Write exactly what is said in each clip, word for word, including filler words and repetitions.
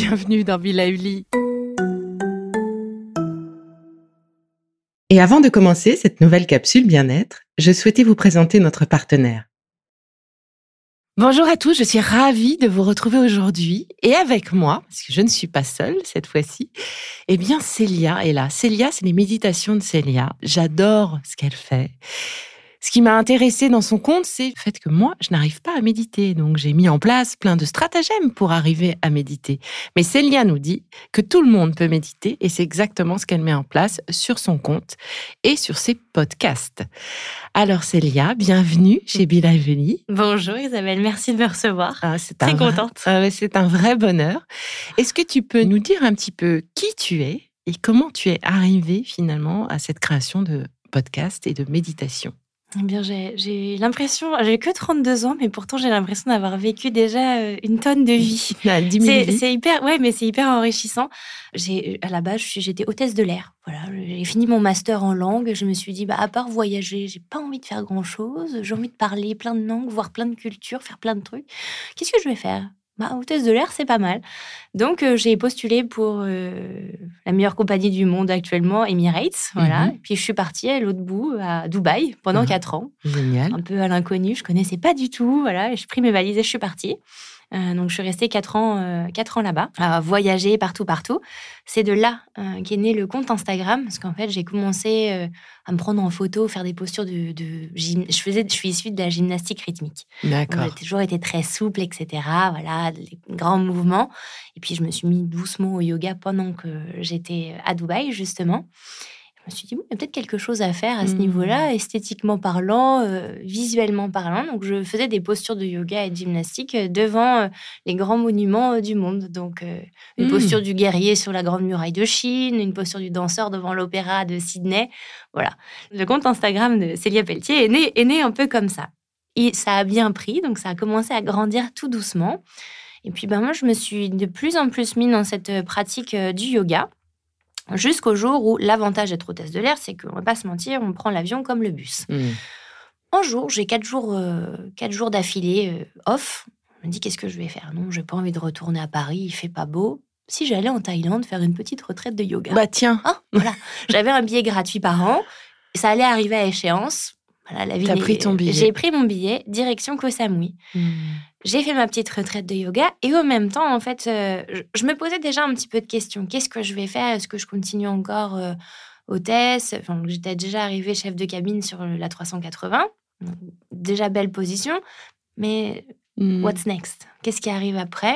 bienvenue dans Be Lively. Et avant de commencer cette nouvelle capsule bien-être, je souhaitais vous présenter notre partenaire. Bonjour à tous, je suis ravie de vous retrouver aujourd'hui et avec moi, parce que je ne suis pas seule cette fois-ci, eh bien Célia est là. Célia, c'est les méditations de Célia. J'adore ce qu'elle fait. Ce qui m'a intéressée dans son compte, c'est le fait que moi, je n'arrive pas à méditer. Donc, j'ai mis en place plein de stratagèmes pour arriver à méditer. Mais Célia nous dit que tout le monde peut méditer et c'est exactement ce qu'elle met en place sur son compte et sur ses podcasts. Alors, Célia, bienvenue chez Be Lively. Bonjour Isabelle, merci de me recevoir. Ah, c'est Très un contente. Vrai, c'est un vrai bonheur. Est-ce que tu peux nous dire un petit peu qui tu es et comment tu es arrivée finalement à cette création de podcast et de méditation ? Eh bien, j'ai, j'ai l'impression, j'ai que trente-deux ans, mais pourtant j'ai l'impression d'avoir vécu déjà une tonne de vie. Ah, dix mille c'est, vies. c'est hyper, ouais, mais c'est hyper enrichissant. J'ai, à la base, je suis- j'étais hôtesse de l'air. Voilà, j'ai fini mon master en langue. Je me suis dit, bah, à part voyager, j'ai pas envie de faire grand chose. J'ai envie de parler plein de langues, voir plein de cultures, faire plein de trucs. Qu'est-ce que je vais faire? Bah, hôtesse de l'air, c'est pas mal. Donc, euh, j'ai postulé pour euh, la meilleure compagnie du monde actuellement, Emirates. Voilà. Mhm. Et puis, je suis partie à l'autre bout, à Dubaï, pendant Ah. quatre ans. Génial. Un peu à l'inconnu, je connaissais pas du tout. Voilà. Et j'ai pris mes valises et je suis partie. Euh, donc, je suis restée quatre ans, euh, quatre ans là-bas, à voyager partout, partout. C'est de là euh, qu'est né le compte Instagram, parce qu'en fait, j'ai commencé euh, à me prendre en photo, faire des postures de... de gym... je, faisais, je suis issue de la gymnastique rythmique. Donc, D'accord. j'ai toujours été très souple, et cetera. Voilà, des grands mouvements. Et puis, je me suis mis doucement au yoga pendant que j'étais à Dubaï, justement. Je me suis dit, bon, il y a peut-être quelque chose à faire à ce Mmh. niveau-là, esthétiquement parlant, euh, visuellement parlant. Donc, je faisais des postures de yoga et de gymnastique euh, devant euh, les grands monuments euh, du monde. Donc, euh, une Mmh. posture du guerrier sur la Grande Muraille de Chine, une posture du danseur devant l'opéra de Sydney. Voilà. Le compte Instagram de Célia Pelletier est né, est né un peu comme ça. Et ça a bien pris, donc ça a commencé à grandir tout doucement. Et puis, ben, moi, je me suis de plus en plus mis dans cette euh, pratique euh, du yoga. Jusqu'au jour où l'avantage d'être hôtesse de l'air, c'est qu'on ne va pas se mentir, on prend l'avion comme le bus. Mmh. Un jour, j'ai quatre jours, euh, quatre jours d'affilée euh, off. Je me dis, qu'est-ce que je vais faire? Non, je n'ai pas envie de retourner à Paris, il ne fait pas beau. Si j'allais en Thaïlande faire une petite retraite de yoga. Bah tiens, Hein, voilà. J'avais un billet gratuit par an. Ça allait arriver à échéance. Voilà, la vie T'as n'est- pris ton billet. J'ai pris mon billet, direction Koh Samui. Mmh. J'ai fait ma petite retraite de yoga et en même temps, en fait, euh, je, je me posais déjà un petit peu de questions. Qu'est-ce que je vais faire? Est-ce que je continue encore euh, hôtesse? Enfin, j'étais déjà arrivée chef de cabine sur la trois cent quatre-vingts. Donc, déjà belle position. Mais Mmh. what's next? Qu'est-ce qui arrive après?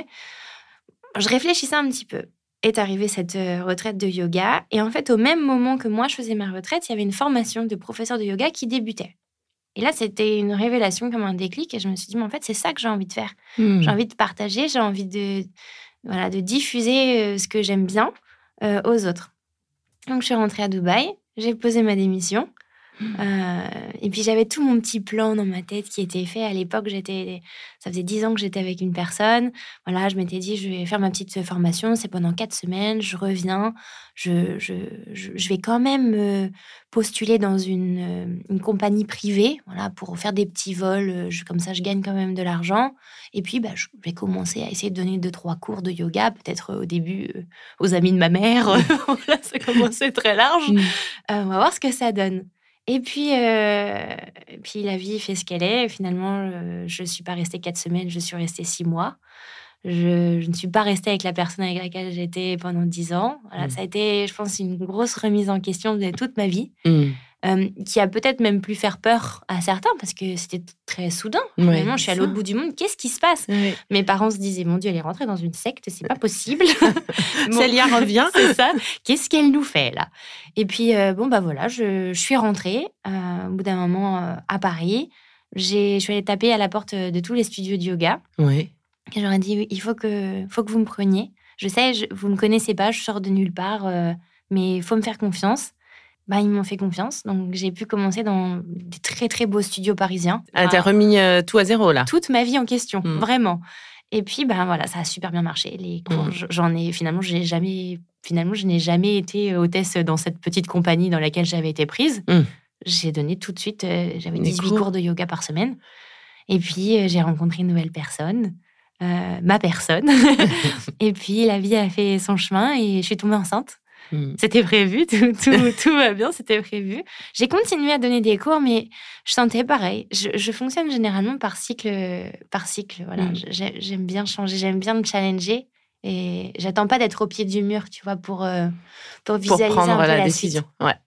Je réfléchissais un petit peu. Est arrivée cette euh, retraite de yoga. Et en fait, au même moment que moi, je faisais ma retraite, il y avait une formation de professeur de yoga qui débutait. Et là, c'était une révélation comme un déclic. Et je me suis dit, mais en fait, c'est ça que j'ai envie de faire. Mmh. J'ai envie de partager, j'ai envie de, voilà, de diffuser euh, ce que j'aime bien euh, aux autres. Donc, je suis rentrée à Dubaï, j'ai posé ma démission. Euh, et puis, j'avais tout mon petit plan dans ma tête qui était fait. À l'époque, j'étais, ça faisait dix ans que j'étais avec une personne. Voilà, je m'étais dit, je vais faire ma petite formation. C'est pendant quatre semaines. Je reviens. Je, je, je, je vais quand même euh, postuler dans une, euh, une compagnie privée, voilà, pour faire des petits vols. Euh, je- comme ça, je gagne quand même de l'argent. Et puis, bah, je vais commencer à essayer de donner deux, trois cours de yoga, peut-être euh, au début euh, aux amis de ma mère. Voilà, ça commençait très large. Mmh. Euh, on va voir ce que ça donne. Et puis, euh, et puis la vie fait ce qu'elle est. Finalement, euh, je ne suis pas restée quatre semaines, je suis restée six mois. Je, je ne suis pas restée avec la personne avec laquelle j'étais pendant dix ans. Voilà, Mmh. ça a été, je pense, une grosse remise en question de toute ma vie, Mmh. euh, qui a peut-être même pu faire peur à certains, parce que c'était très soudain. Ouais, Finalement, je suis à c'est l'autre ça. bout du monde. Qu'est-ce qui se passe? Ouais. Mes parents se disaient, mon Dieu, elle est rentrée dans une secte, c'est pas possible. Bon, Célia revient. c'est ça. Qu'est-ce qu'elle nous fait là? Et puis, euh, bon, bah voilà, je, je suis rentrée euh, au bout d'un moment euh, à Paris. J'ai, je suis allée taper à la porte de tous les studios de yoga. Ouais. Et j'aurais dit, oui, il faut que, faut que vous me preniez. Je sais, je, vous ne me connaissez pas, je sors de nulle part, euh, mais il faut me faire confiance. Bah, ils m'ont fait confiance, donc j'ai pu commencer dans des très, très beaux studios parisiens. Ah, t'as remis euh, tout à zéro là. Toute ma vie en question, Mm. vraiment. Et puis, ben voilà, ça a super bien marché. Les cours, Mm. j'en ai finalement, j'ai jamais, finalement, je n'ai jamais été hôtesse dans cette petite compagnie dans laquelle j'avais été prise. Mm. J'ai donné tout de suite, euh, j'avais Des dix-huit cours. cours de yoga par semaine. Et puis, euh, j'ai rencontré une nouvelle personne. euh, ma personne. Et puis, la vie a fait son chemin et je suis tombée enceinte. Mmh. C'était prévu, tout, tout, tout va bien, c'était prévu. J'ai continué à donner des cours, mais je sentais pareil. Je, je fonctionne généralement par cycle. Par cycle voilà. Mmh. J'aime bien changer, j'aime bien me challenger. Et j'attends pas d'être au pied du mur, tu vois, pour, euh, pour visualiser pour prendre un peu la, la décision. Suite. Ouais.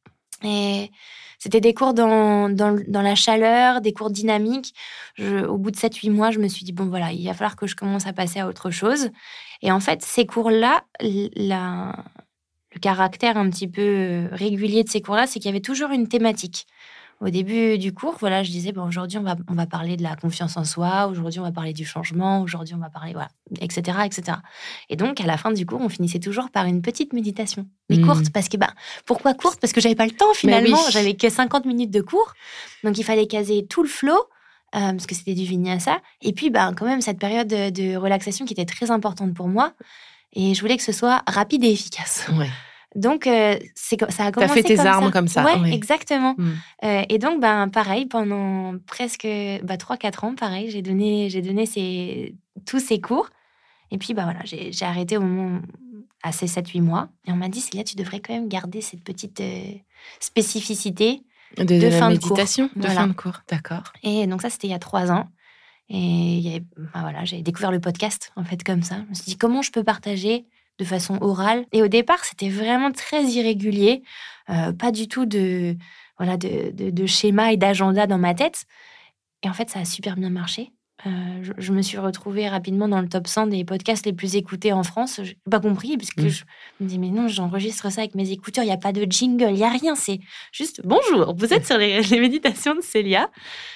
Et c'était des cours dans, dans, dans la chaleur, des cours dynamiques. Je, au bout de sept huit mois, je me suis dit, bon, voilà, il va falloir que je commence à passer à autre chose. Et en fait, ces cours-là, la... le caractère un petit peu régulier de ces cours-là, c'est qu'il y avait toujours une thématique. Au début du cours, voilà, je disais, bon, aujourd'hui, on va, on va parler de la confiance en soi, aujourd'hui, on va parler du changement, aujourd'hui, on va parler, voilà, et cetera, et cetera. Et donc, à la fin du cours, on finissait toujours par une petite méditation. Mais mmh. courte, parce que, bah, pourquoi courte ? Parce que j'avais pas le temps, finalement. Oui. J'avais que cinquante minutes de cours. Donc, il fallait caser tout le flow, euh, parce que c'était du vinyasa. Et puis, bah, quand même, cette période de, de relaxation qui était très importante pour moi. Et je voulais que ce soit rapide et efficace. Ouais. Donc, euh, c'est, ça a commencé comme ça. T'as fait tes comme armes ça. comme ça. Ouais, oui. exactement. Mm. Euh, et donc, ben, pareil, pendant presque bah, trois quatre ans, pareil, j'ai donné, j'ai donné ces, tous ces cours. Et puis, bah, voilà, j'ai, j'ai arrêté au moment à ces sept huit mois. Et on m'a dit, Célia, tu devrais quand même garder cette petite euh, spécificité de, de, de fin la de cours. méditation, de voilà. fin de cours, d'accord. Et donc, ça, c'était il y a trois ans. Et il y avait, bah, voilà, j'ai découvert le podcast, en fait, comme ça. Je me suis dit, comment je peux partager de façon orale. Et au départ, c'était vraiment très irrégulier. Euh, pas du tout de, voilà, de, de, de schéma et d'agenda dans ma tête. Et en fait, ça a super bien marché. Euh, je, je me suis retrouvée rapidement dans le top cent des podcasts les plus écoutés en France. Je n'ai pas compris, parce que mmh. je me dis, mais non, j'enregistre ça avec mes écouteurs, il n'y a pas de jingle, il n'y a rien. C'est juste, bonjour, vous êtes sur les, les méditations de Célia.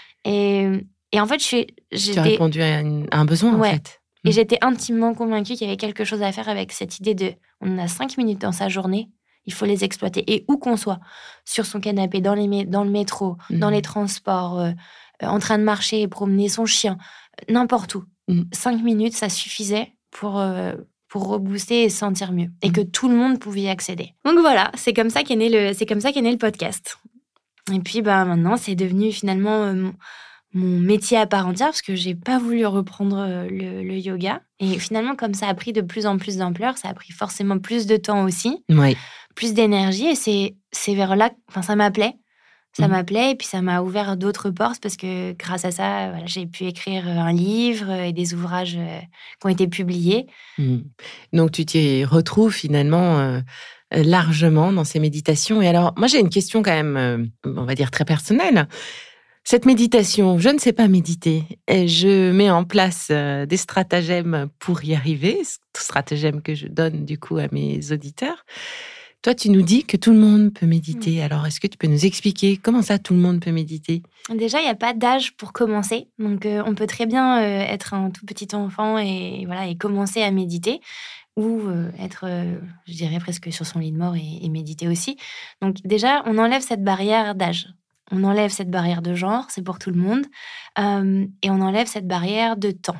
Et, et en fait, je suis, j'étais... Tu as répondu à, une, à un besoin, ouais. en fait. Et j'étais intimement convaincue qu'il y avait quelque chose à faire avec cette idée de on a cinq minutes dans sa journée, il faut les exploiter. Et où qu'on soit, sur son canapé, dans, les, dans le métro, mmh. dans les transports, euh, en train de marcher et promener son chien, n'importe où. Mmh. Cinq minutes, ça suffisait pour, euh, pour rebooster et se sentir mieux. Et mmh. que tout le monde pouvait y accéder. Donc voilà, c'est comme ça qu'est né le, c'est comme ça qu'est né le podcast. Et puis bah, maintenant, c'est devenu finalement... Euh, mon métier à part entière, parce que j'ai pas voulu reprendre le, le yoga. Et finalement, comme ça a pris de plus en plus d'ampleur, ça a pris forcément plus de temps aussi, oui. plus d'énergie. Et c'est, c'est vers là, enfin, ça m'appelait. Ça mmh. m'appelait, et puis ça m'a ouvert d'autres portes, parce que grâce à ça, voilà, j'ai pu écrire un livre et des ouvrages qui ont été publiés. Mmh. Donc, tu t'y retrouves finalement euh, largement dans ces méditations. Et alors, moi, j'ai une question quand même, euh, on va dire, très personnelle. Cette méditation, je ne sais pas méditer. Et je mets en place euh, des stratagèmes pour y arriver, stratagèmes que je donne du coup à mes auditeurs. Toi, tu nous dis que tout le monde peut méditer. Mmh. Alors, est-ce que tu peux nous expliquer comment ça, tout le monde peut méditer ? Déjà, il n'y a pas d'âge pour commencer. Donc, euh, on peut très bien euh, être un tout petit enfant et, voilà, et commencer à méditer. Ou euh, être, euh, je dirais, presque sur son lit de mort et, et méditer aussi. Donc, déjà, on enlève cette barrière d'âge. On enlève cette barrière de genre, c'est pour tout le monde. Euh, et on enlève cette barrière de temps.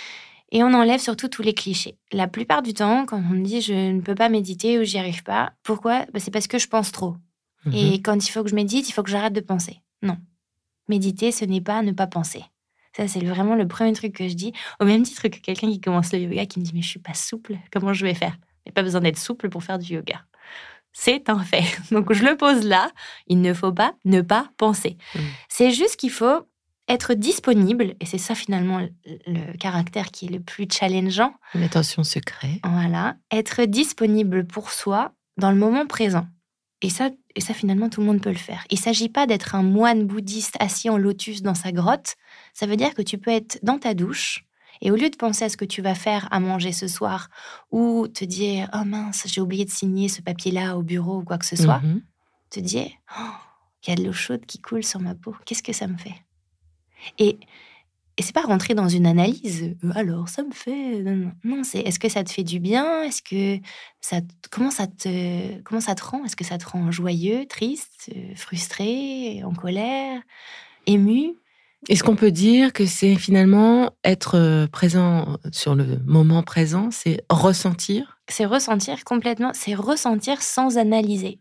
Et on enlève surtout tous les clichés. La plupart du temps, quand on me dit « je ne peux pas méditer » ou « j'y arrive pas », pourquoi ? Bah, c'est parce que je pense trop. Mmh. Et quand il faut que je médite, il faut que j'arrête de penser. Non. Méditer, ce n'est pas ne pas penser. Ça, c'est vraiment le premier truc que je dis. Au même titre que quelqu'un qui commence le yoga qui me dit « mais je suis pas souple, comment je vais faire ?» Il n'y a pas besoin d'être souple pour faire du yoga. C'est un fait. Donc, je le pose là. Il ne faut pas ne pas penser. Mmh. C'est juste qu'il faut être disponible. Et c'est ça, finalement, le, le caractère qui est le plus challengeant. L'attention secrète. Voilà. Être disponible pour soi dans le moment présent. Et ça, et ça, finalement, tout le monde peut le faire. Il ne s'agit pas d'être un moine bouddhiste assis en lotus dans sa grotte. Ça veut dire que tu peux être dans ta douche. Et au lieu de penser à ce que tu vas faire à manger ce soir ou te dire « Oh mince, j'ai oublié de signer ce papier-là au bureau » ou quoi que ce soit, mmh. te dire « Oh, il y a de l'eau chaude qui coule sur ma peau. Qu'est-ce que ça me fait ?» Et, et c'est pas rentrer dans une analyse « Alors, ça me fait… » Non, non, non, c'est est-ce que ça te fait du bien ? Est-ce que ça, comment, ça te, comment ça te rend ? Est-ce que ça te rend joyeux, triste, frustré, en colère, ému ? Est-ce qu'on peut dire que c'est finalement être présent sur le moment présent, c'est ressentir ? C'est ressentir complètement, c'est ressentir sans analyser.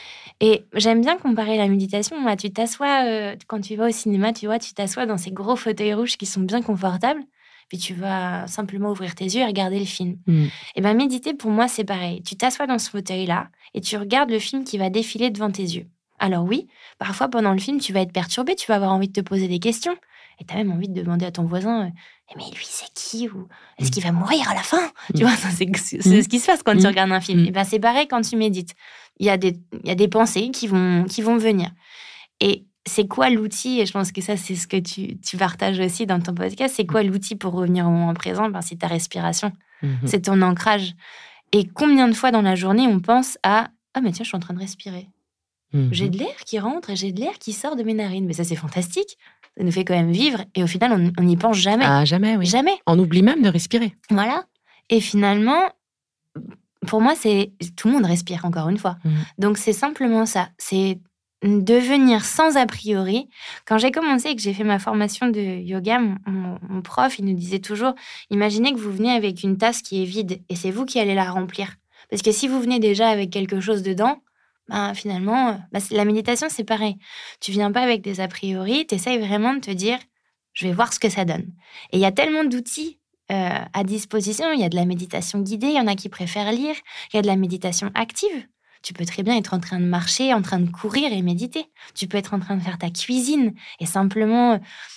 Et j'aime bien comparer la méditation. Moi, tu t'assois, euh, quand tu vas au cinéma, tu vois, tu t'assois dans ces gros fauteuils rouges qui sont bien confortables. puis tu vas simplement ouvrir tes yeux et regarder le film. Mmh. Et bien, méditer, pour moi, c'est pareil. Tu t'assois dans ce fauteuil-là et tu regardes le film qui va défiler devant tes yeux. Alors oui, parfois, pendant le film, tu vas être perturbé, tu vas avoir envie de te poser des questions. Et tu as même envie de demander à ton voisin, euh, mais lui, c'est qui? Ou est-ce qu'il va mourir à la fin? Mmh. Tu vois, ça, c'est, c'est, c'est ce qui se passe quand Mmh. tu regardes un film. Mmh. Et ben, c'est pareil quand tu médites. Il y a des, il y a des pensées qui vont, qui vont venir. Et c'est quoi l'outil? Et je pense que ça, c'est ce que tu, tu partages aussi dans ton podcast. C'est quoi l'outil pour revenir au moment présent? Ben, c'est ta respiration. Mmh. C'est ton ancrage. Et combien de fois dans la journée, on pense à « Ah, mais tiens, je suis en train de respirer. Mmh. J'ai de l'air qui rentre et j'ai de l'air qui sort de mes narines. » Mais ça, c'est fantastique. Ça nous fait quand même vivre. Et au final, on n'y pense jamais. Ah, jamais, oui. Jamais. On oublie même de respirer. Voilà. Et finalement, pour moi, c'est tout le monde respire, encore une fois. Mmh. Donc, c'est simplement ça. C'est devenir sans a priori. Quand j'ai commencé et que j'ai fait ma formation de yoga, mon, mon, mon prof, il nous disait toujours, imaginez que vous venez avec une tasse qui est vide et c'est vous qui allez la remplir. Parce que si vous venez déjà avec quelque chose dedans, ben, finalement, ben, la méditation, c'est pareil. Tu viens pas avec des a priori, tu essayes vraiment de te dire, je vais voir ce que ça donne. Et il y a tellement d'outils euh, à disposition. Il y a de la méditation guidée, il y en a qui préfèrent lire, il y a de la méditation active. Tu peux très bien être en train de marcher, en train de courir et méditer. Tu peux être en train de faire ta cuisine et simplement,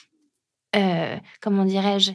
euh, comment dirais-je,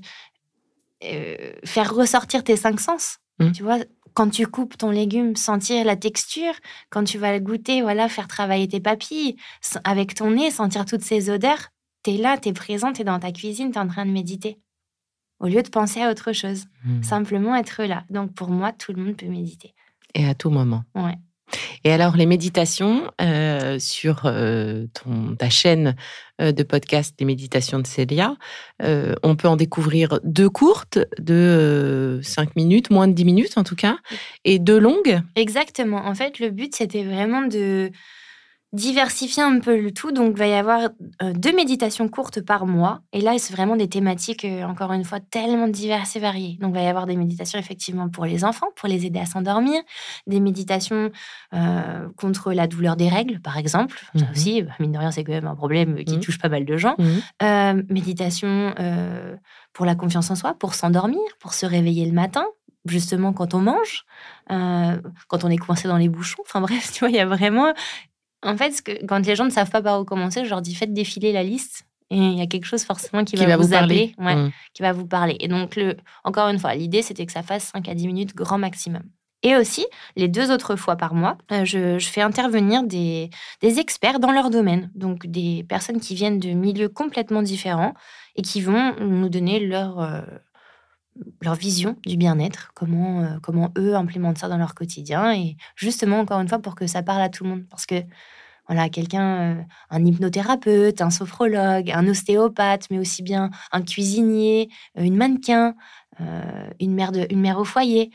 euh, faire ressortir tes cinq sens. Mmh. Tu vois, quand tu coupes ton légume, sentir la texture. Quand tu vas le goûter, voilà, faire travailler tes papilles. Avec ton nez, sentir toutes ces odeurs. T'es là, t'es présent, t'es dans ta cuisine, t'es en train de méditer. Au lieu de penser à autre chose. Mmh. Simplement être là. Donc, pour moi, tout le monde peut méditer. Et à tout moment. Ouais. Et alors, les méditations euh, sur euh, ton, ta chaîne euh, de podcast, les méditations de Célia, euh, on peut en découvrir deux courtes, de euh, cinq minutes, moins de dix minutes en tout cas, et deux longues. Exactement. En fait, le but, c'était vraiment de diversifier un peu le tout. Donc, il va y avoir euh, deux méditations courtes par mois. Et là, c'est vraiment des thématiques, euh, encore une fois, tellement diverses et variées. Donc, il va y avoir des méditations, effectivement, pour les enfants, pour les aider à s'endormir. Des méditations euh, contre la douleur des règles, par exemple. Mm-hmm. Ça aussi, mine de rien, c'est quand même un problème qui mm-hmm. touche pas mal de gens. Mm-hmm. Euh, méditation euh, pour la confiance en soi, pour s'endormir, pour se réveiller le matin. Justement, quand on mange, euh, quand on est coincé dans les bouchons. Enfin bref, tu vois, il y a vraiment... En fait, ce que, quand les gens ne savent pas par où commencer, je leur dis faites défiler la liste et il y a quelque chose forcément qui, qui va, va vous, vous appeler, ouais, mmh. qui va vous parler. Et donc, le, encore une fois, l'idée, c'était que ça fasse cinq à dix minutes grand maximum. Et aussi, les deux autres fois par mois, euh, je, je fais intervenir des, des experts dans leur domaine. Donc, des personnes qui viennent de milieux complètement différents et qui vont nous donner leur... Euh, leur vision du bien-être, comment, euh, comment eux implémentent ça dans leur quotidien, et justement, encore une fois, pour que ça parle à tout le monde. Parce que, voilà, quelqu'un, euh, un hypnothérapeute, un sophrologue, un ostéopathe, mais aussi bien un cuisinier, une mannequin, euh, une, mère de, une mère au foyer,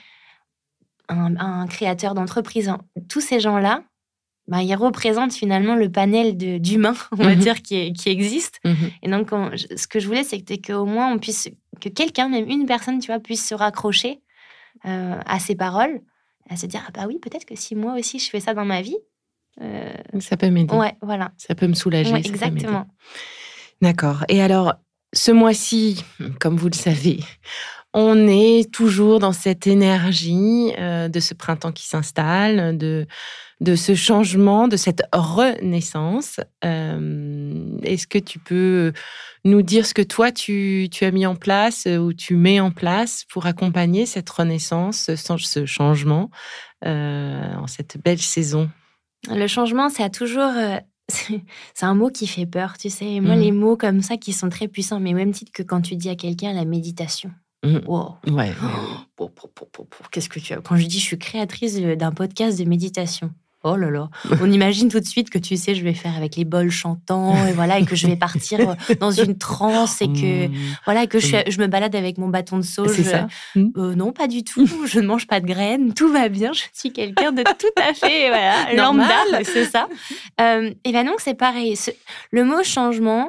un, un créateur d'entreprise, hein. Tous ces gens-là, ben, ils représentent finalement le panel de, d'humains, on va mmh. dire, qui, qui existe. Mmh. Et donc, on, ce que je voulais, c'est qu'au moins, on puisse, que quelqu'un, même une personne, tu vois, puisse se raccrocher euh, à ces paroles, à se dire, ah bah oui, peut-être que si moi aussi, je fais ça dans ma vie... Euh... Ça peut m'aider. Ouais, voilà. Ça peut me soulager. Ouais, ça exactement. Peut D'accord. Et alors, ce mois-ci, comme vous le savez, on est toujours dans cette énergie euh, de ce printemps qui s'installe, de... de ce changement, de cette renaissance. Euh, est-ce que tu peux nous dire ce que toi, tu, tu as mis en place ou tu mets en place pour accompagner cette renaissance, ce changement euh, en cette belle saison? Le changement, ça a toujours... Euh, c'est, c'est un mot qui fait peur, tu sais. Et moi, mmh. les mots comme ça qui sont très puissants, mais au même titre que quand tu dis à quelqu'un la méditation. Mmh. Wow. Ouais. Oh, qu'est-ce que tu as... Quand je dis je suis créatrice d'un podcast de méditation, oh là là, on imagine tout de suite que tu sais, je vais faire avec les bols chantants et voilà, et que je vais partir dans une transe et que mmh. voilà, que je, je me balade avec mon bâton de sauge. C'est ça. Euh, non, pas du tout. Je ne mange pas de graines, tout va bien. Je suis quelqu'un de tout à fait voilà, lambda, c'est ça. Euh, et ben donc c'est pareil. Ce, le mot changement,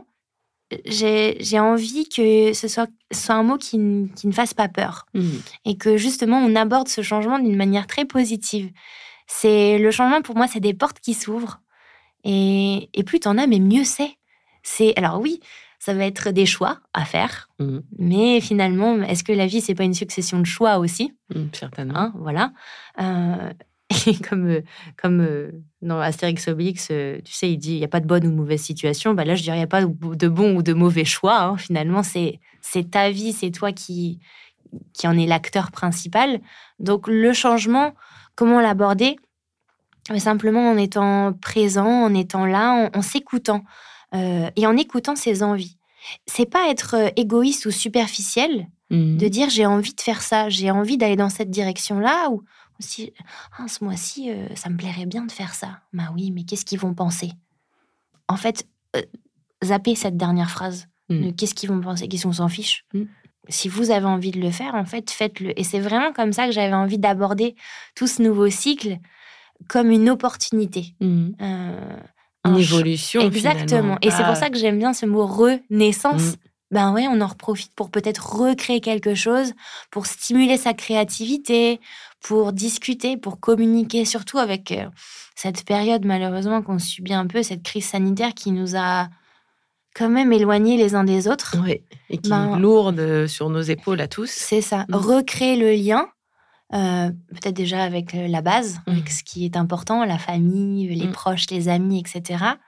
j'ai, j'ai envie que ce soit, ce soit un mot qui, qui ne fasse pas peur mmh. et que justement on aborde ce changement d'une manière très positive. C'est, le changement, pour moi, c'est des portes qui s'ouvrent. Et, et plus t'en as, mais mieux c'est. c'est. Alors oui, ça va être des choix à faire. Mmh. Mais finalement, est-ce que la vie, c'est pas une succession de choix aussi ? Mmh, certainement. Hein, voilà. Euh, et comme, euh, comme euh, dans Astérix Obélix, euh, tu sais, il dit il n'y a pas de bonne ou de mauvaise situation. Bah là, je dirais il n'y a pas de bon ou de mauvais choix. Hein. Finalement, c'est, c'est ta vie, c'est toi qui, qui en est l'acteur principal. Donc, le changement, comment l'aborder ? Simplement en étant présent, en étant là, en, en s'écoutant euh, et en écoutant ses envies. C'est pas être égoïste ou superficiel mmh. de dire j'ai envie de faire ça, j'ai envie d'aller dans cette direction-là ou aussi ah, ce mois-ci euh, ça me plairait bien de faire ça. Bah oui, mais qu'est-ce qu'ils vont penser ? En fait, euh, zappez cette dernière phrase. Mmh. De qu'est-ce qu'ils vont penser ? Qu'est-ce qu'on s'en fiche ? Mmh. Si vous avez envie de le faire, en fait, faites-le. Et c'est vraiment comme ça que j'avais envie d'aborder tout ce nouveau cycle. Comme une opportunité. Mmh. Euh, une évolution, ch- Exactement. Finalement. Et ah. c'est pour ça que j'aime bien ce mot renaissance. Mmh. Ben ouais, on en profite pour peut-être recréer quelque chose, pour stimuler sa créativité, pour discuter, pour communiquer, surtout avec euh, cette période, malheureusement, qu'on subit un peu, cette crise sanitaire qui nous a quand même éloignés les uns des autres. Oui, et qui ben, est lourde sur nos épaules à tous. C'est ça. Mmh. Recréer le lien. Euh, peut-être déjà avec la base, mmh. avec ce qui est important, la famille, les mmh. proches, les amis, et cetera.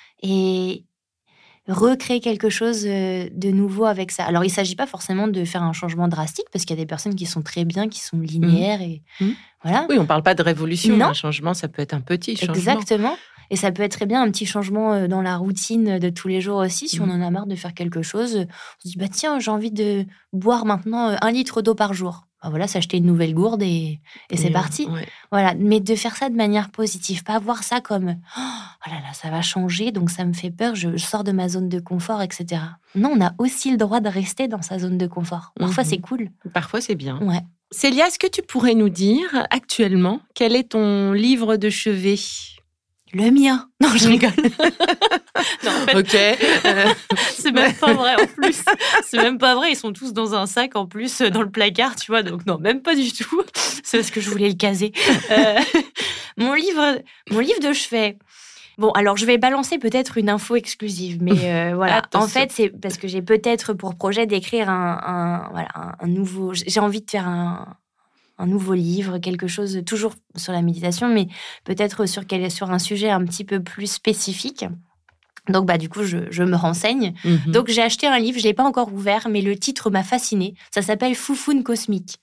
Et recréer quelque chose de nouveau avec ça. Alors, il ne s'agit pas forcément de faire un changement drastique, parce qu'il y a des personnes qui sont très bien, qui sont linéaires. Mmh. Et mmh. voilà. Oui, on ne parle pas de révolution. Non. Un changement, ça peut être un petit changement. Exactement. Et ça peut être très bien un petit changement dans la routine de tous les jours aussi. Si mmh. on en a marre de faire quelque chose, on se dit, bah, tiens, j'ai envie de boire maintenant un litre d'eau par jour. Ben voilà, s'acheter une nouvelle gourde et, et c'est et parti. Ouais. Voilà. Mais de faire ça de manière positive, pas voir ça comme « oh là là, ça va changer, donc ça me fait peur, je, je sors de ma zone de confort, et cetera » Non, on a aussi le droit de rester dans sa zone de confort. Parfois, mmh. c'est cool. Parfois, c'est bien. Ouais. Célia, est-ce que tu pourrais nous dire, actuellement, quel est ton livre de chevet ? Le mien. Non, je rigole. Non, en fait, ok. Euh, c'est même pas vrai en plus. C'est même pas vrai. Ils sont tous dans un sac en plus dans le placard, tu vois. Donc non, même pas du tout. C'est parce que je voulais le caser. Euh, mon livre, mon livre de chevet. Bon, alors je vais balancer peut-être une info exclusive, mais euh, voilà. Attention. En fait, c'est parce que j'ai peut-être pour projet d'écrire un, un voilà, un, un nouveau. J'ai envie de faire un. un nouveau livre, quelque chose toujours sur la méditation, mais peut-être sur, quel, sur un sujet un petit peu plus spécifique. Donc, bah, du coup, je, je me renseigne. Mm-hmm. Donc, j'ai acheté un livre, je ne l'ai pas encore ouvert, mais le titre m'a fascinée. Ça s'appelle Foufoune Cosmique.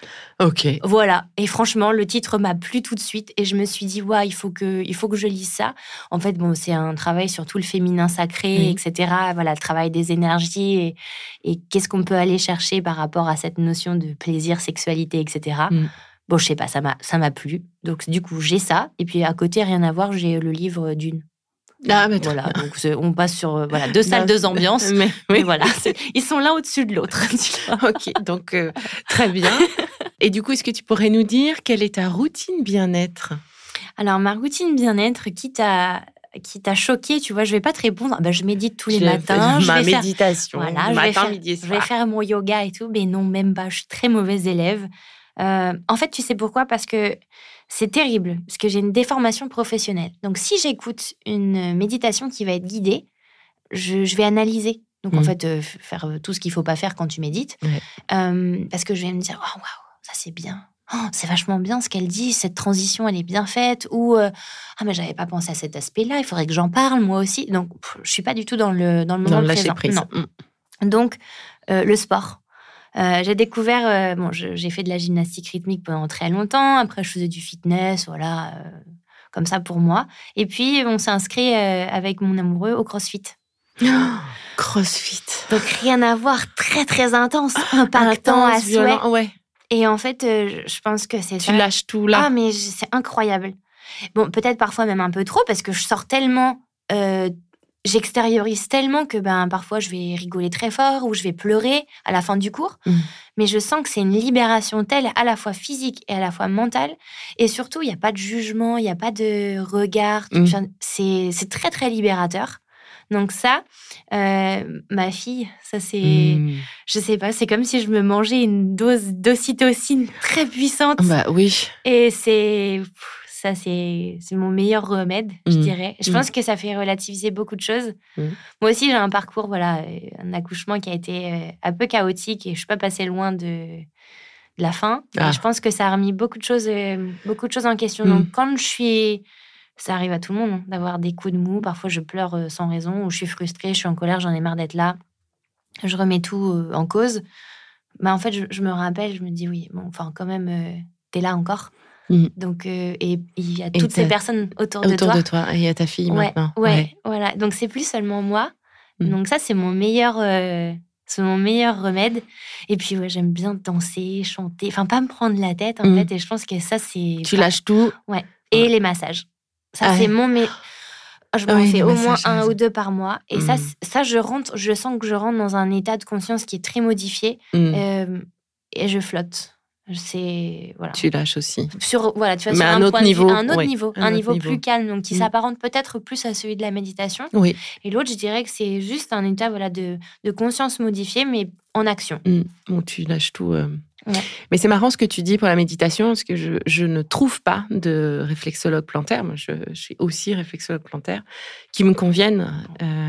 Ok. Voilà. Et franchement, le titre m'a plu tout de suite. Et je me suis dit, ouais, il faut que, il faut que je lise ça. En fait, bon, c'est un travail sur tout le féminin sacré, oui. et cetera. Voilà, le travail des énergies et, et qu'est-ce qu'on peut aller chercher par rapport à cette notion de plaisir, sexualité, et cetera. Mm. Bon, je sais pas, ça m'a, ça m'a plu. Donc, du coup, j'ai ça. Et puis, à côté, rien à voir, j'ai le livre d'une. Ah, mais voilà, donc on passe sur euh, voilà, deux salles, deux ambiances. Mais, mais voilà, ils sont l'un au-dessus de l'autre. Ok, donc euh, très bien. Et du coup, est-ce que tu pourrais nous dire quelle est ta routine bien-être ? Alors, ma routine bien-être, qui t'a, qui t'a choqué, tu vois, je ne vais pas te répondre. Ben, je médite tous les je matins. Ma je vais méditation, faire, voilà, matin, je vais midi et faire, soir. Je vais faire mon yoga et tout, mais non, même pas. Je suis très mauvaise élève. Euh, en fait, tu sais pourquoi ? Parce que c'est terrible, parce que j'ai une déformation professionnelle. Donc, si j'écoute une méditation qui va être guidée, je, je vais analyser. Donc, mmh. en fait, euh, faire tout ce qu'il ne faut pas faire quand tu médites. Ouais. Euh, parce que je vais me dire, oh, waouh, ça c'est bien. Oh, c'est vachement bien ce qu'elle dit, cette transition, elle est bien faite. Ou, euh, ah, mais je n'avais pas pensé à cet aspect-là, il faudrait que j'en parle, moi aussi. Donc, pff, je ne suis pas du tout dans le, dans le moment dans présent. Prise. Non. Mmh. Donc, euh, le sport. Euh, j'ai découvert, euh, bon, je, j'ai fait de la gymnastique rythmique pendant très longtemps. Après, je faisais du fitness, voilà, euh, comme ça pour moi. Et puis, on s'est inscrit euh, avec mon amoureux au CrossFit. Oh, CrossFit. Donc, rien à voir, très, très intense, impactant à souhait. Ouais. Et en fait, euh, je pense que c'est tu ça. Tu lâches tout là. Ah, mais je, c'est incroyable. Bon, peut-être parfois même un peu trop, parce que je sors tellement... Euh, J'extériorise tellement que ben, parfois je vais rigoler très fort ou je vais pleurer à la fin du cours. Mmh. Mais je sens que c'est une libération telle, à la fois physique et à la fois mentale. Et surtout, il n'y a pas de jugement, il n'y a pas de regard. Mmh. C'est, c'est très, très libérateur. Donc ça, euh, ma fille, ça c'est... Mmh. Je sais pas, c'est comme si je me mangeais une dose d'ocytocine très puissante. Bah oui. Et c'est... Ça, c'est, c'est mon meilleur remède, mmh. je dirais. Je mmh. pense que ça fait relativiser beaucoup de choses. Mmh. Moi aussi, j'ai un parcours, voilà, un accouchement qui a été un peu chaotique et je ne suis pas passée loin de, de la fin. Ah. Et je pense que ça a remis beaucoup de choses, beaucoup de choses en question. Mmh. Donc, quand je suis... Ça arrive à tout le monde, hein, d'avoir des coups de mou. Parfois, je pleure sans raison ou je suis frustrée, je suis en colère, j'en ai marre d'être là. Je remets tout en cause. Bah, en fait, je, je me rappelle, je me dis oui, bon, enfin, quand même, euh, t'es là encore. Mmh. Donc, euh, et il y a toutes ces personnes autour, autour de toi. Autour de toi, et il y a ta fille ouais, maintenant. Ouais, ouais, voilà. Donc, c'est plus seulement moi. Mmh. Donc, ça, c'est mon meilleur, euh, c'est mon meilleur remède. Et puis, ouais, j'aime bien danser, chanter. Enfin, pas me prendre la tête, en mmh. fait. Et je pense que ça, c'est... Tu lâches tout. Ouais. Et ouais. les massages. Ça, ah c'est ouais. mon... Me... Je m'en oui, fais au moins un ou deux par mois. Et mmh. ça, ça, je rentre, je sens que je rentre dans un état de conscience qui est très modifié. Mmh. Euh, et je flotte. C'est, voilà. Tu lâches aussi. Sur, voilà, tu vois, Mais sur un, un, autre point niveau, de vue, un autre oui. niveau. Un, un niveau niveau plus calme, donc qui mmh. s'apparente peut-être plus à celui de la méditation. Oui. Et l'autre, je dirais que c'est juste un état voilà, de, de conscience modifiée, mais en action. Mmh. Bon, tu lâches tout. Euh... Ouais. Mais c'est marrant ce que tu dis pour la méditation, parce que je, je ne trouve pas de réflexologue plantaire, moi je, je suis aussi réflexologue plantaire, qui me conviennent. Euh,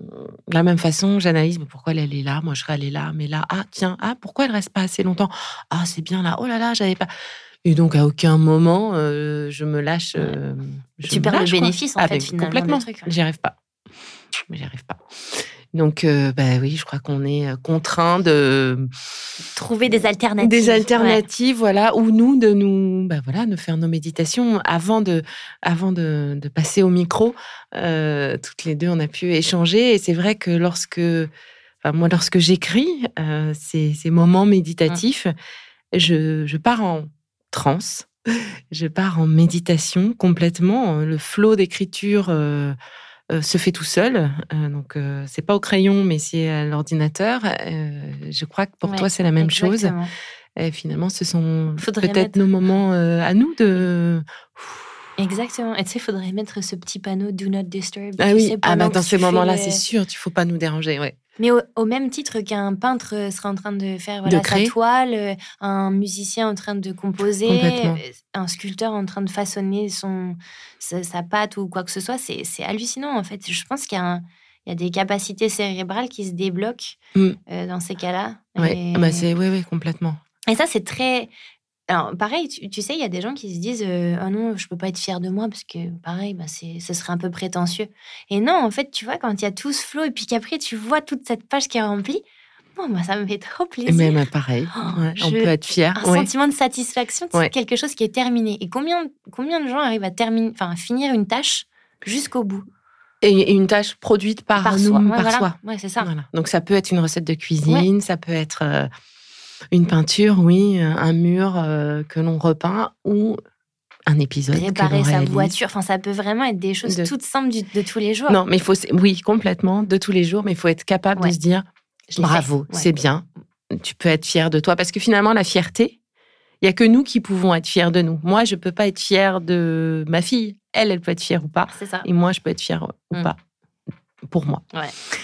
de la même façon, j'analyse, bon, pourquoi elle, elle est là, moi je serais allée là, mais là, ah tiens, ah pourquoi elle reste pas assez longtemps, ah c'est bien là, oh là là, j'avais pas... Et donc à aucun moment, euh, je me lâche. Euh, je tu me perds lâche, le bénéfice quoi. en ah, fait, finalement. Complètement, truc, ouais. j'y arrive pas. J'y arrive pas. Donc, euh, bah oui, je crois qu'on est contraint de trouver des alternatives. Des alternatives, ouais. voilà, ou nous de nous, bah voilà, de faire nos méditations avant de, avant de, de passer au micro. Euh, toutes les deux, on a pu échanger, et c'est vrai que lorsque, enfin moi, lorsque j'écris euh, ces, ces moments méditatifs, mmh. je, je pars en transe, je pars en méditation complètement. Le flot d'écriture. Euh, Euh, se fait tout seul, euh, donc euh, c'est pas au crayon, mais c'est à l'ordinateur. Euh, je crois que pour ouais, toi c'est la même exactement. chose. Et finalement, ce sont faudrait peut-être mettre... nos moments euh, à nous de. Exactement. Et tu sais, il faudrait mettre ce petit panneau Do Not Disturb. Ah oui. sais, ah bah dans ces moments-là, le... c'est sûr, tu faut pas nous déranger, ouais. Mais au, au même titre qu'un peintre serait en train de faire voilà, de sa toile, un musicien en train de composer, un sculpteur en train de façonner son, sa, sa pâte ou quoi que ce soit, c'est, c'est hallucinant en fait. Je pense qu'il y a, un, il y a des capacités cérébrales qui se débloquent mm. euh, dans ces cas-là. Oui, et... bah c'est, oui, oui, complètement. Et ça, c'est très... Alors, pareil, tu, tu sais, il y a des gens qui se disent euh, « Ah non, je peux pas être fière de moi parce que, pareil, bah, c'est, ce serait un peu prétentieux. » Et non, en fait, tu vois, quand il y a tout ce flow et puis qu'après, tu vois toute cette page qui est remplie, bon, bah, ça me fait trop plaisir. Et même pareil, oh, ouais, je, on peut être fier. Un ouais. sentiment de satisfaction, c'est ouais. quelque chose qui est terminé. Et combien, combien de gens arrivent à, terminer, à finir une tâche jusqu'au bout ? Et une tâche produite par, par nous, soi. Ouais, par voilà. soi. Ouais, c'est ça. Voilà. Donc, ça peut être une recette de cuisine, ouais. ça peut être... Euh, une peinture, oui, un mur euh, que l'on repeint ou un épisode réparer que l'on sa réalise. voiture. Enfin, ça peut vraiment être des choses de... toutes simples du, de tous les jours. Non, mais il faut, oui, complètement, de tous les jours, mais il faut être capable ouais. de se dire bravo, ouais. c'est bien, tu peux être fier de toi. Parce que finalement, la fierté, il n'y a que nous qui pouvons être fiers de nous. Moi, je ne peux pas être fière de ma fille. Elle, elle peut être fière ou pas. C'est ça. Et moi, je peux être fière ou mmh. pas pour moi. Ouais.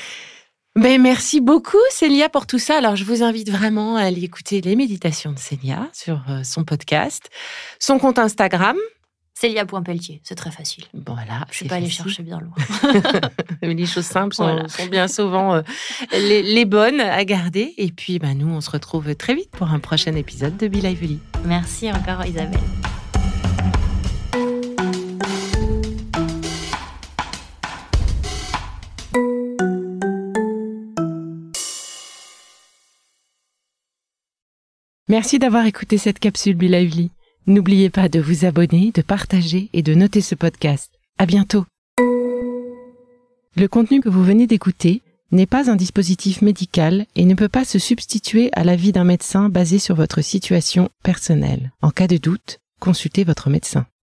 Ben, merci beaucoup, Célia, pour tout ça. Alors, je vous invite vraiment à aller écouter les méditations de Célia sur son podcast, son compte Instagram. Célia.Pelletier, c'est très facile. Voilà, je ne suis pas allée chercher bien loin. Les choses simples sont, voilà. sont bien souvent euh, les, les bonnes à garder. Et puis, ben, nous, on se retrouve très vite pour un prochain épisode de Be Lively. Merci encore, Isabelle. Merci d'avoir écouté cette capsule Be Lively. N'oubliez pas de vous abonner, de partager et de noter ce podcast. À bientôt. Le contenu que vous venez d'écouter n'est pas un dispositif médical et ne peut pas se substituer à l'avis d'un médecin basé sur votre situation personnelle. En cas de doute, consultez votre médecin.